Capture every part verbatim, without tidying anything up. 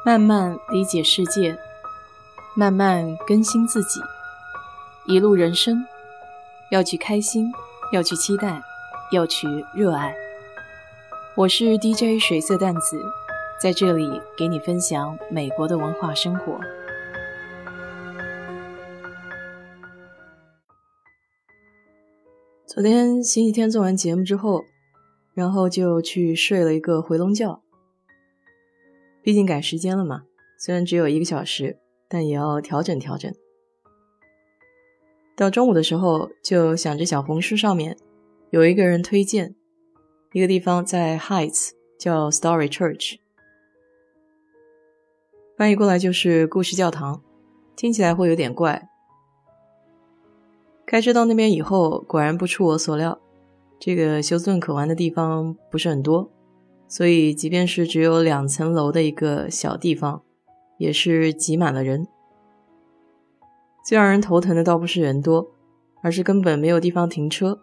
慢慢理解世界，慢慢更新自己，一路人生，要去开心，要去期待，要去热爱。我是 D J 水色淡子，在这里给你分享美国的文化生活。昨天星期天做完节目之后，然后就去睡了一个回笼觉。毕竟赶时间了嘛，虽然只有一个小时，但也要调整调整。到中午的时候，就想着小红书上面有一个人推荐一个地方在 Heights 叫 Story Church， 翻译过来就是故事教堂，听起来会有点怪。开车到那边以后，果然不出我所料，这个休斯顿可玩的地方不是很多，所以即便是只有两层楼的一个小地方，也是挤满了人。最让人头疼的倒不是人多，而是根本没有地方停车。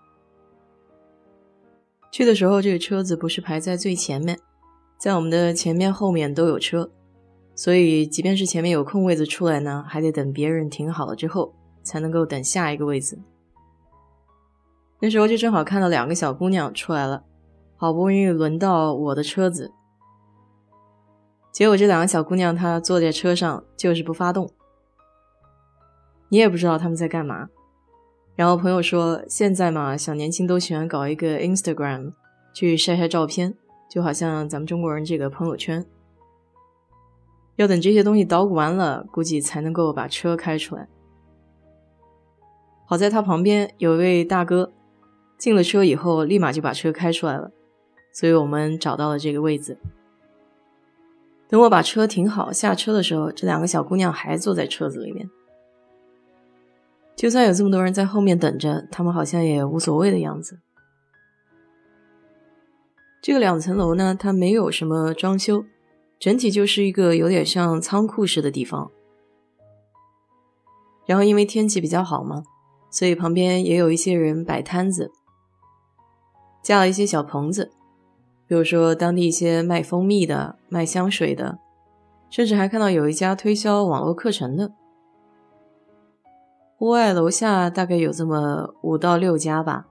去的时候，这个车子不是排在最前面，在我们的前面后面都有车，所以即便是前面有空位子出来呢，还得等别人停好了之后才能够等下一个位子。那时候就正好看到两个小姑娘出来了，好不容易轮到我的车子，结果这两个小姑娘她坐在车上就是不发动，你也不知道她们在干嘛。然后朋友说现在嘛，小年轻都喜欢搞一个 Instagram 去晒晒照片，就好像咱们中国人这个朋友圈，要等这些东西捣鼓完了，估计才能够把车开出来。好在他旁边有一位大哥，进了车以后立马就把车开出来了，所以我们找到了这个位子。等我把车停好下车的时候，这两个小姑娘还坐在车子里面。就算有这么多人在后面等着，他们好像也无所谓的样子。这个两层楼呢，它没有什么装修，整体就是一个有点像仓库式的地方。然后因为天气比较好嘛，所以旁边也有一些人摆摊子，架了一些小棚子，比如说当地一些卖蜂蜜的，卖香水的，甚至还看到有一家推销网络课程的。户外楼下大概有这么五到六家吧。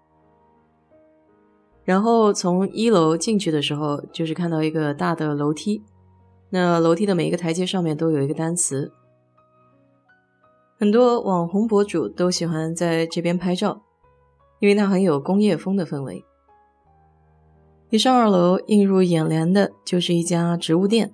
然后从一楼进去的时候，就是看到一个大的楼梯，那楼梯的每一个台阶上面都有一个单词。很多网红博主都喜欢在这边拍照，因为它很有工业风的氛围。一上二楼，映入眼帘的就是一家植物店，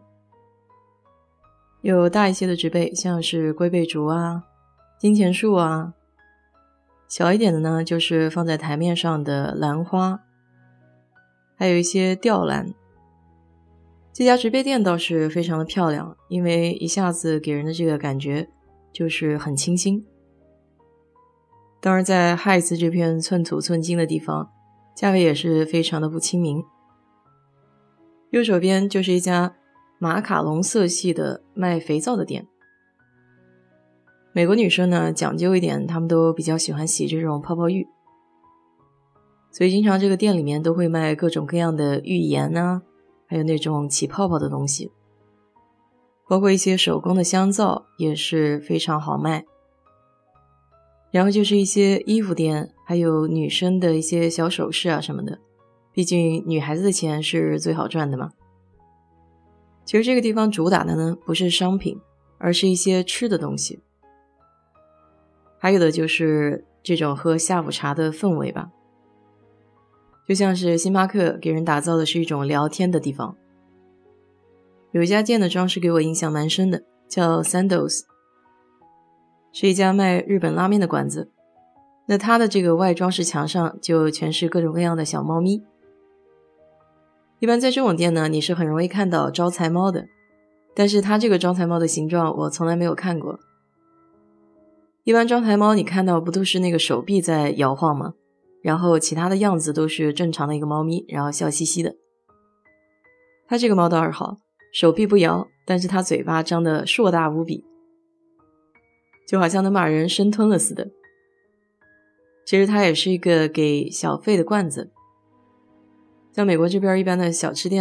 有大一些的植被，像是龟背竹啊、金钱树啊，小一点的呢就是放在台面上的兰花，还有一些吊兰。这家植被店倒是非常的漂亮，因为一下子给人的这个感觉就是很清新。当然在亥子这片寸土寸金的地方，价位也是非常的不亲民。右手边就是一家马卡龙色系的卖肥皂的店。美国女生呢讲究一点，她们都比较喜欢洗这种泡泡浴，所以经常这个店里面都会卖各种各样的浴盐啊，还有那种起泡泡的东西，包括一些手工的香皂也是非常好卖。然后就是一些衣服店，还有女生的一些小首饰啊什么的，毕竟女孩子的钱是最好赚的嘛。其实这个地方主打的呢不是商品，而是一些吃的东西，还有的就是这种喝下午茶的氛围吧。就像是星巴克给人打造的是一种聊天的地方。有一家店的装饰给我印象蛮深的，叫 Sandals， 是一家卖日本拉面的馆子。那它的这个外装饰墙上就全是各种各样的小猫咪。一般在这种店呢，你是很容易看到招财猫的，但是它这个招财猫的形状我从来没有看过。一般招财猫你看到不都是那个手臂在摇晃吗？然后其他的样子都是正常的一个猫咪，然后笑嘻嘻的。它这个猫倒是好，手臂不摇，但是它嘴巴张得硕大无比，就好像能把人生吞了似的。其实它也是一个给小费的罐子，在美国这边一般的小吃店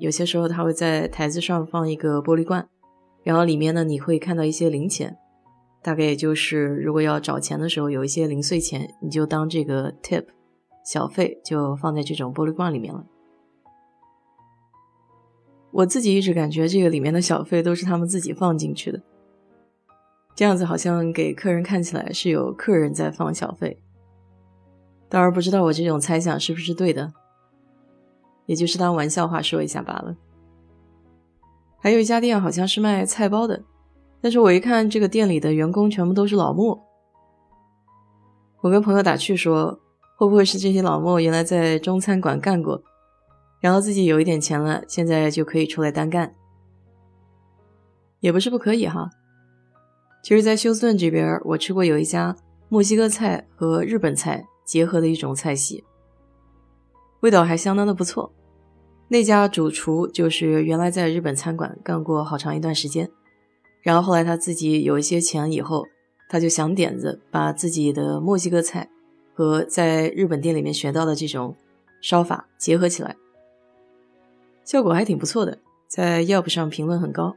有些时候他会在台子上放一个玻璃罐，然后里面呢你会看到一些零钱，大概也就是如果要找钱的时候有一些零碎钱，你就当这个 tip 小费就放在这种玻璃罐里面了。我自己一直感觉这个里面的小费都是他们自己放进去的，这样子好像给客人看起来是有客人在放小费。当然不知道我这种猜想是不是对的，也就是当玩笑话说一下罢了。还有一家店好像是卖菜包的，但是我一看这个店里的员工全部都是老墨。我跟朋友打趣说，会不会是这些老墨原来在中餐馆干过，然后自己有一点钱了，现在就可以出来单干。也不是不可以哈。其实在休斯顿这边，我吃过有一家墨西哥菜和日本菜结合的一种菜系，味道还相当的不错。那家主厨就是原来在日本餐馆干过好长一段时间，然后后来他自己有一些钱以后，他就想点子把自己的墨西哥菜和在日本店里面学到的这种烧法结合起来，效果还挺不错的，在 Yelp 上评论很高。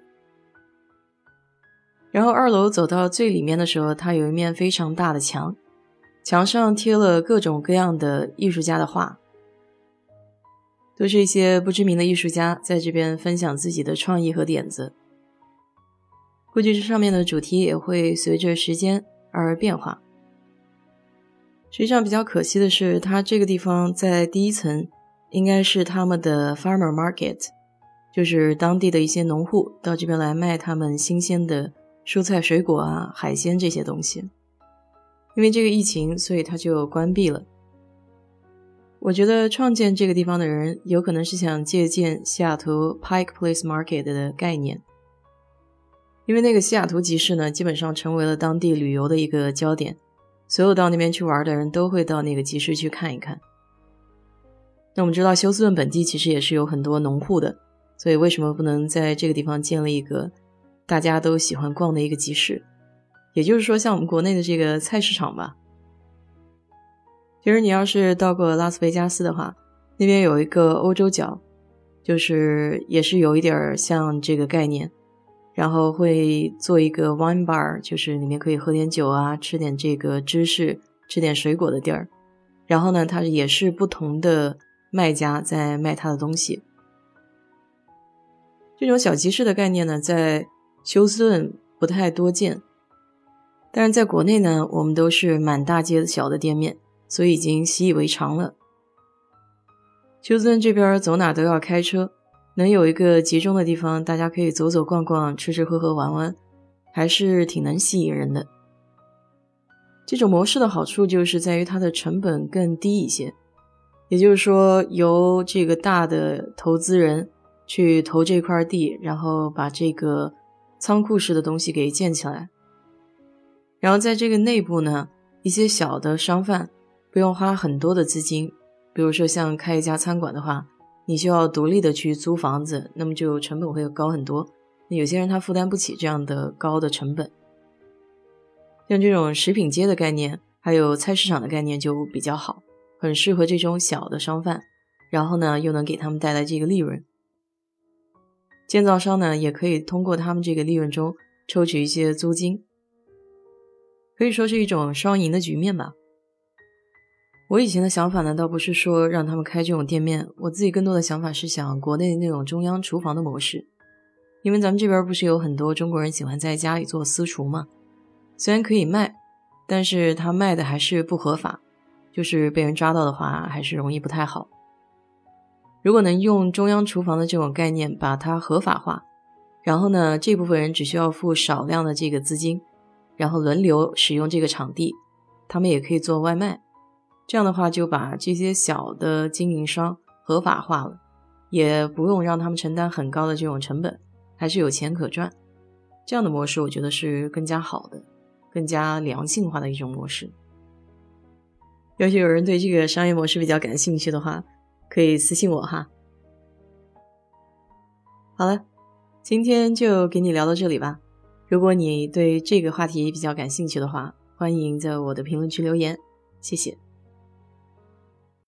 然后二楼走到最里面的时候，它有一面非常大的墙，墙上贴了各种各样的艺术家的画，都是一些不知名的艺术家在这边分享自己的创意和点子。估计这上面的主题也会随着时间而变化。实际上比较可惜的是，它这个地方在第一层应该是他们的 farmer market， 就是当地的一些农户到这边来卖他们新鲜的蔬菜水果啊、海鲜这些东西。因为这个疫情，所以它就关闭了。我觉得创建这个地方的人有可能是想借鉴西雅图 Pike Place Market 的概念，因为那个西雅图集市呢，基本上成为了当地旅游的一个焦点，所有到那边去玩的人都会到那个集市去看一看。那我们知道休斯顿本地其实也是有很多农户的，所以为什么不能在这个地方建立一个大家都喜欢逛的一个集市，也就是说像我们国内的这个菜市场吧。其实你要是到过拉斯维加斯的话，那边有一个欧洲角，就是也是有一点像这个概念，然后会做一个 wine bar， 就是里面可以喝点酒啊，吃点这个芝士，吃点水果的地儿。然后呢，它也是不同的卖家在卖他的东西。这种小集市的概念呢，在休斯顿不太多见，但是在国内呢，我们都是满大街小的店面，所以已经习以为常了。休斯顿这边走哪都要开车，能有一个集中的地方，大家可以走走逛逛，吃吃喝喝玩玩，还是挺能吸引人的。这种模式的好处就是在于它的成本更低一些，也就是说由这个大的投资人去投这块地，然后把这个仓库式的东西给建起来，然后在这个内部呢，一些小的商贩不用花很多的资金，比如说像开一家餐馆的话，你需要独立的去租房子，那么就成本会高很多，那有些人他负担不起这样的高的成本。像这种食品街的概念还有菜市场的概念就比较好，很适合这种小的商贩，然后呢又能给他们带来这个利润。建造商呢也可以通过他们这个利润中抽取一些租金，可以说是一种双赢的局面吧。我以前的想法呢倒不是说让他们开这种店面，我自己更多的想法是想国内那种中央厨房的模式。因为咱们这边不是有很多中国人喜欢在家里做私厨吗？虽然可以卖，但是他卖的还是不合法，就是被人抓到的话还是容易不太好。如果能用中央厨房的这种概念把它合法化，然后呢这部分人只需要付少量的这个资金，然后轮流使用这个场地，他们也可以做外卖，这样的话就把这些小的经营商合法化了，也不用让他们承担很高的这种成本，还是有钱可赚。这样的模式我觉得是更加好的，更加良性化的一种模式。要是有人对这个商业模式比较感兴趣的话，可以私信我哈。好了，今天就给你聊到这里吧。如果你对这个话题比较感兴趣的话，欢迎在我的评论区留言，谢谢。